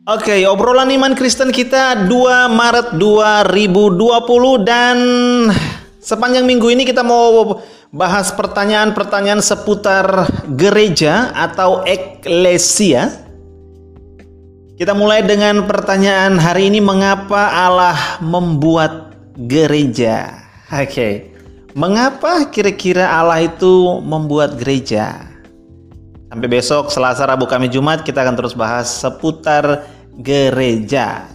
Oke, obrolan iman Kristen kita 2 Maret 2020 dan sepanjang minggu ini kita mau bahas pertanyaan-pertanyaan seputar gereja atau eklesia. Kita mulai dengan pertanyaan hari ini, mengapa Allah membuat gereja? Oke. Mengapa kira-kira Allah itu membuat gereja? Sampai besok Selasa, Rabu, Kamis, Jumat kita akan terus bahas seputar gereja.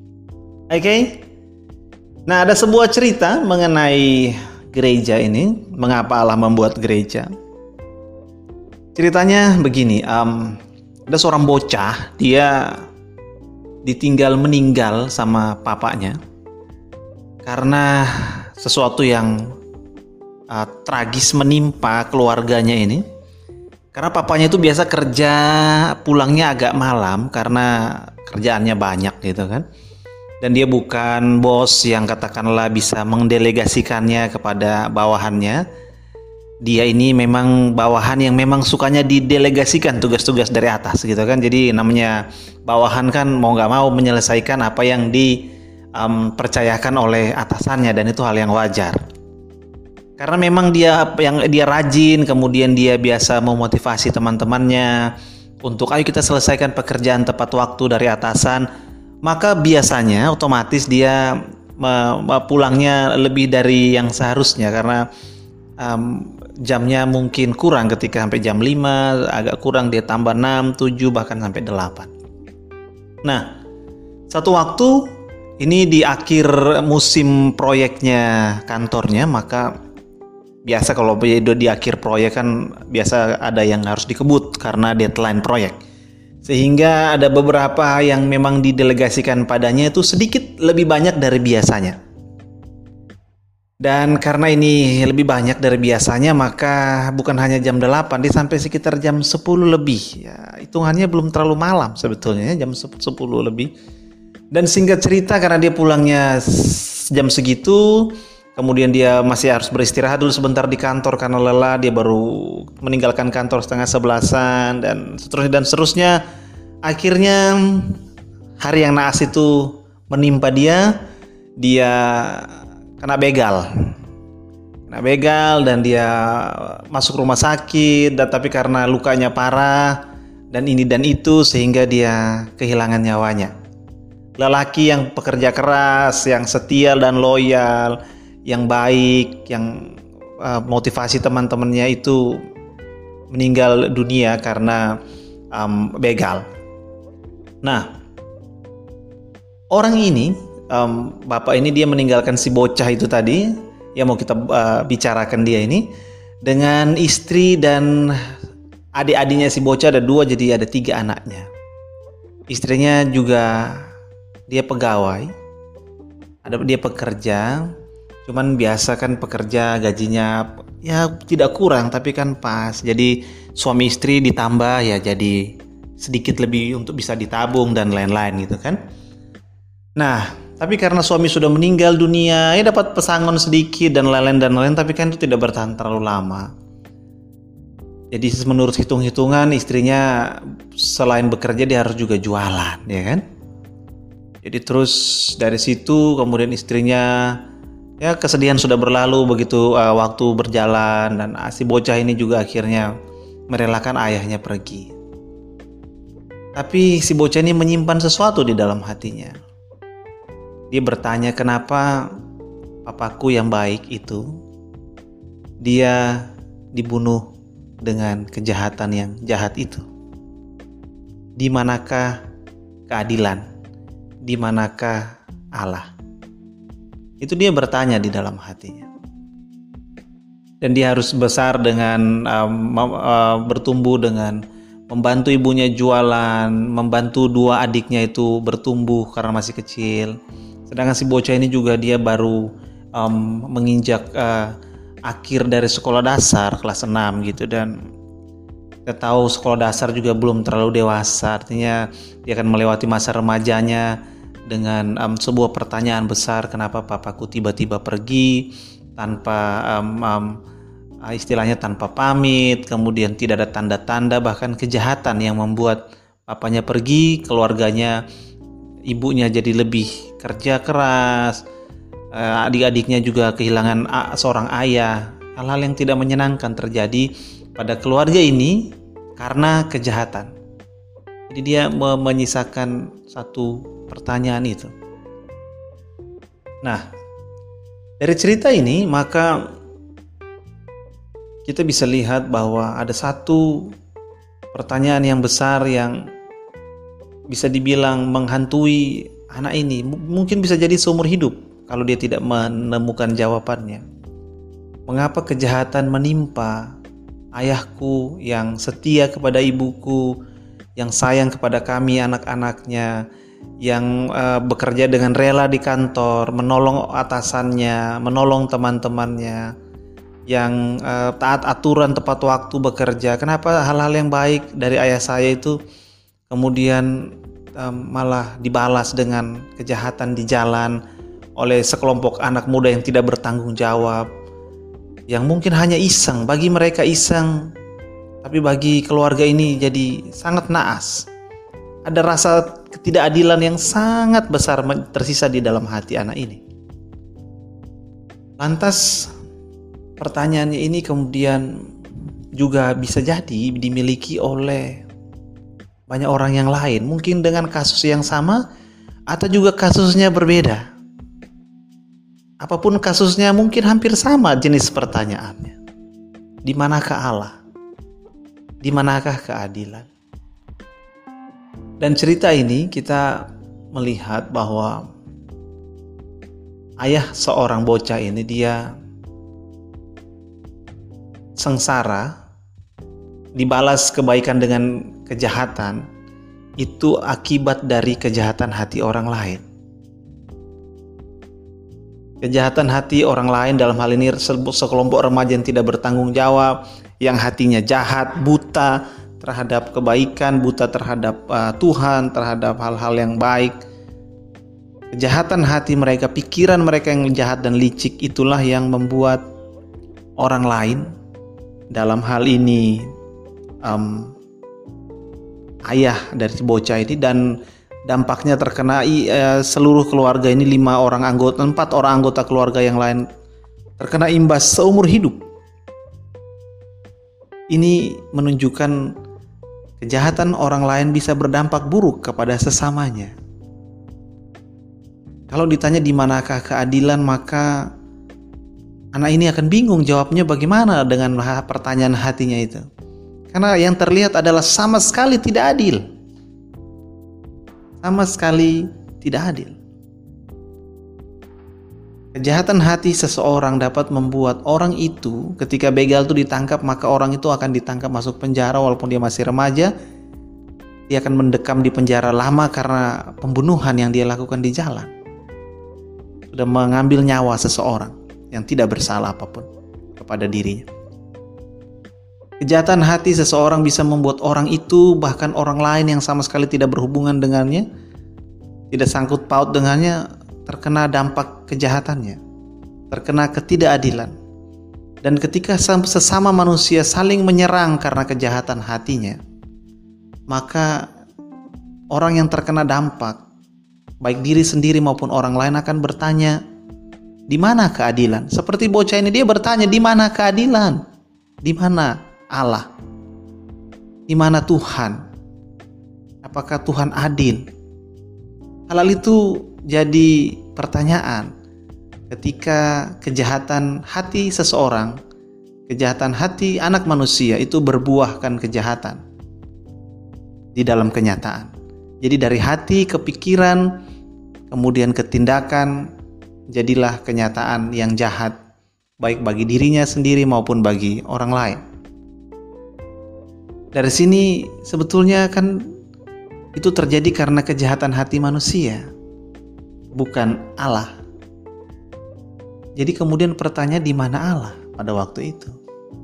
Oke. Nah, ada sebuah cerita mengenai gereja ini. Mengapa Allah membuat gereja? Ceritanya begini. Ada seorang bocah, dia ditinggal meninggal sama papanya karena sesuatu yang tragis menimpa keluarganya ini. Karena papanya itu biasa kerja pulangnya agak malam karena kerjaannya banyak gitu kan. Dan dia bukan bos yang katakanlah bisa mendelegasikannya kepada bawahannya. Dia ini memang bawahan yang memang sukanya didelegasikan tugas-tugas dari atas gitu kan. Jadi namanya bawahan kan mau gak mau menyelesaikan apa yang dipercayakan oleh atasannya, dan itu hal yang wajar. Karena memang dia rajin, kemudian dia biasa memotivasi teman-temannya untuk ayo kita selesaikan pekerjaan tepat waktu dari atasan, maka biasanya otomatis dia pulangnya lebih dari yang seharusnya karena jamnya mungkin kurang ketika sampai jam 5, agak kurang dia tambah 6, 7, bahkan sampai 8. Nah, satu waktu ini di akhir musim proyeknya kantornya, maka biasa kalau di akhir proyek kan biasa ada yang harus dikebut karena deadline proyek. Sehingga ada beberapa yang memang didelegasikan padanya itu sedikit lebih banyak dari biasanya. Dan karena ini lebih banyak dari biasanya, maka bukan hanya jam 8, dia sampai sekitar jam 10 lebih. Ya, hitungannya belum terlalu malam sebetulnya, jam 10 lebih. Dan singkat cerita, karena dia pulangnya jam segitu, kemudian dia masih harus beristirahat dulu sebentar di kantor karena lelah. Dia baru meninggalkan kantor 10:30 dan seterusnya. Akhirnya hari yang naas itu menimpa dia. Dia kena begal dan dia masuk rumah sakit. Tapi karena lukanya parah dan ini dan itu, sehingga dia kehilangan nyawanya. Lelaki yang pekerja keras, yang setia dan loyal, yang baik, yang motivasi teman-temannya itu meninggal dunia karena begal. Nah, orang ini, bapak ini, dia meninggalkan si bocah itu tadi, yang mau kita bicarakan dia ini, dengan istri dan adik-adiknya si bocah ada 2, jadi ada 3 anaknya. Istrinya juga dia pegawai, dia pekerja. Cuman biasa kan pekerja gajinya ya tidak kurang tapi kan pas. Jadi suami istri ditambah ya jadi sedikit lebih untuk bisa ditabung dan lain-lain gitu kan. Nah, tapi karena suami sudah meninggal dunia, ya dapat pesangon sedikit dan lain-lain, tapi kan itu tidak bertahan terlalu lama. Jadi menurut hitung-hitungan istrinya selain bekerja dia harus juga jualan, ya kan. Jadi terus dari situ kemudian istrinya, ya kesedihan sudah berlalu begitu waktu berjalan, dan si bocah ini juga akhirnya merelakan ayahnya pergi. Tapi si bocah ini menyimpan sesuatu di dalam hatinya. Dia bertanya, kenapa papaku yang baik itu dia dibunuh dengan kejahatan yang jahat itu? Di manakah keadilan? Di manakah Allah? Itu dia bertanya di dalam hatinya. Dan dia harus besar dengan bertumbuh dengan membantu ibunya jualan, membantu 2 adiknya itu bertumbuh karena masih kecil. Sedangkan si bocah ini juga dia baru menginjak akhir dari sekolah dasar kelas 6 gitu, dan kita tahu sekolah dasar juga belum terlalu dewasa, artinya dia akan melewati masa remajanya dengan sebuah pertanyaan besar, kenapa papaku tiba-tiba pergi tanpa istilahnya tanpa pamit, kemudian tidak ada tanda-tanda bahkan kejahatan yang membuat papanya pergi, keluarganya, ibunya jadi lebih kerja keras, adik-adiknya juga kehilangan seorang ayah. Hal-hal yang tidak menyenangkan terjadi pada keluarga ini karena kejahatan. Jadi dia menyisakan satu pertanyaan itu. Nah, dari cerita ini maka kita bisa lihat bahwa ada satu pertanyaan yang besar yang bisa dibilang menghantui anak ini. Mungkin bisa jadi seumur hidup kalau dia tidak menemukan jawabannya. Mengapa kejahatan menimpa ayahku yang setia kepada ibuku, yang sayang kepada kami anak-anaknya, yang bekerja dengan rela di kantor, menolong atasannya, menolong teman-temannya, yang taat aturan tepat waktu bekerja. Kenapa hal-hal yang baik dari ayah saya itu kemudian malah dibalas dengan kejahatan di jalan oleh sekelompok anak muda yang tidak bertanggung jawab, yang mungkin hanya iseng, bagi mereka iseng, tapi bagi keluarga ini jadi sangat naas. Ada rasa ketidakadilan yang sangat besar tersisa di dalam hati anak ini. Lantas pertanyaannya ini kemudian juga bisa jadi dimiliki oleh banyak orang yang lain, mungkin dengan kasus yang sama atau juga kasusnya berbeda. Apapun kasusnya mungkin hampir sama jenis pertanyaannya. Di manakah Allah? Di manakah keadilan? Dan cerita ini kita melihat bahwa ayah seorang bocah ini dia sengsara, dibalas kebaikan dengan kejahatan, itu akibat dari kejahatan hati orang lain. Kejahatan hati orang lain dalam hal ini sekelompok remaja yang tidak bertanggung jawab, yang hatinya jahat, buta terhadap kebaikan, buta terhadap Tuhan, terhadap hal-hal yang baik. Kejahatan hati mereka, pikiran mereka yang jahat dan licik, itulah yang membuat orang lain, dalam hal ini ayah dari bocah ini, dan dampaknya terkena seluruh keluarga ini, 4 orang anggota keluarga yang lain terkena imbas seumur hidup. Ini menunjukkan kejahatan orang lain bisa berdampak buruk kepada sesamanya. Kalau ditanya di manakah keadilan, maka anak ini akan bingung jawabnya bagaimana dengan pertanyaan hatinya itu. Karena yang terlihat adalah sama sekali tidak adil. Sama sekali tidak adil. Kejahatan hati seseorang dapat membuat orang itu, ketika begal itu ditangkap, maka orang itu akan ditangkap masuk penjara walaupun dia masih remaja. Dia akan mendekam di penjara lama karena pembunuhan yang dia lakukan di jalan. Sudah mengambil nyawa seseorang yang tidak bersalah apapun kepada dirinya. Kejahatan hati seseorang bisa membuat orang itu, bahkan orang lain yang sama sekali tidak berhubungan dengannya, tidak sangkut paut dengannya, terkena dampak kejahatannya, terkena ketidakadilan. Dan ketika sesama manusia saling menyerang karena kejahatan hatinya, maka orang yang terkena dampak, baik diri sendiri maupun orang lain, akan bertanya, di mana keadilan? Seperti bocah ini, dia bertanya, di mana keadilan? Di mana Allah? Di mana Tuhan? Apakah Tuhan adil? Hal itu jadi pertanyaan ketika kejahatan hati seseorang, kejahatan hati anak manusia itu berbuahkan kejahatan di dalam kenyataan. Jadi dari hati ke pikiran, kemudian ke tindakan, jadilah kenyataan yang jahat, baik bagi dirinya sendiri maupun bagi orang lain. Dari sini sebetulnya kan itu terjadi karena kejahatan hati manusia, bukan Allah. Jadi kemudian pertanyaan, di mana Allah pada waktu itu?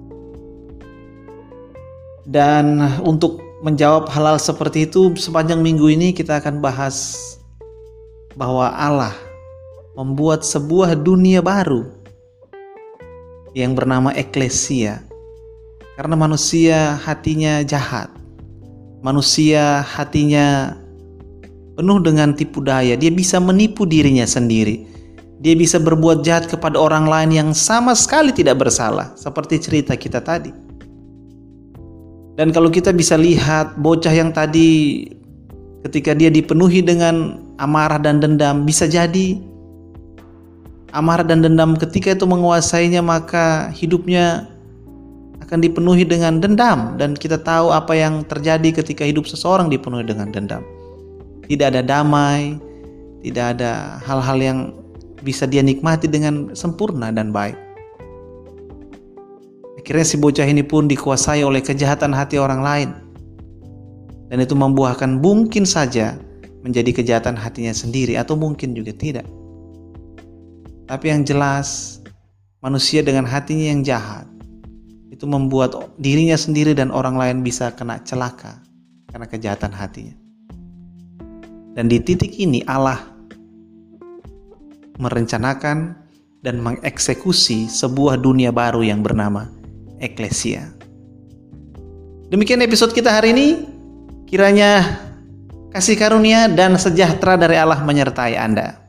Dan untuk menjawab hal-hal seperti itu, sepanjang minggu ini kita akan bahas bahwa Allah membuat sebuah dunia baru yang bernama eklesia. Karena manusia hatinya jahat, manusia hatinya penuh dengan tipu daya. Dia bisa menipu dirinya sendiri. Dia bisa berbuat jahat kepada orang lain yang sama sekali tidak bersalah, seperti cerita kita tadi. Dan kalau kita bisa lihat bocah yang tadi ketika dia dipenuhi dengan amarah dan dendam, bisa jadi amarah dan dendam ketika itu menguasainya, maka hidupnya akan dipenuhi dengan dendam. Dan kita tahu apa yang terjadi ketika hidup seseorang dipenuhi dengan dendam. Tidak ada damai, tidak ada hal-hal yang bisa dia nikmati dengan sempurna dan baik. Akhirnya si bocah ini pun dikuasai oleh kejahatan hati orang lain. Dan itu membuahkan mungkin saja menjadi kejahatan hatinya sendiri, atau mungkin juga tidak. Tapi yang jelas, manusia dengan hatinya yang jahat itu membuat dirinya sendiri dan orang lain bisa kena celaka karena kejahatan hatinya. Dan di titik ini Allah merencanakan dan mengeksekusi sebuah dunia baru yang bernama eklesia. Demikian episode kita hari ini. Kiranya kasih karunia dan sejahtera dari Allah menyertai Anda.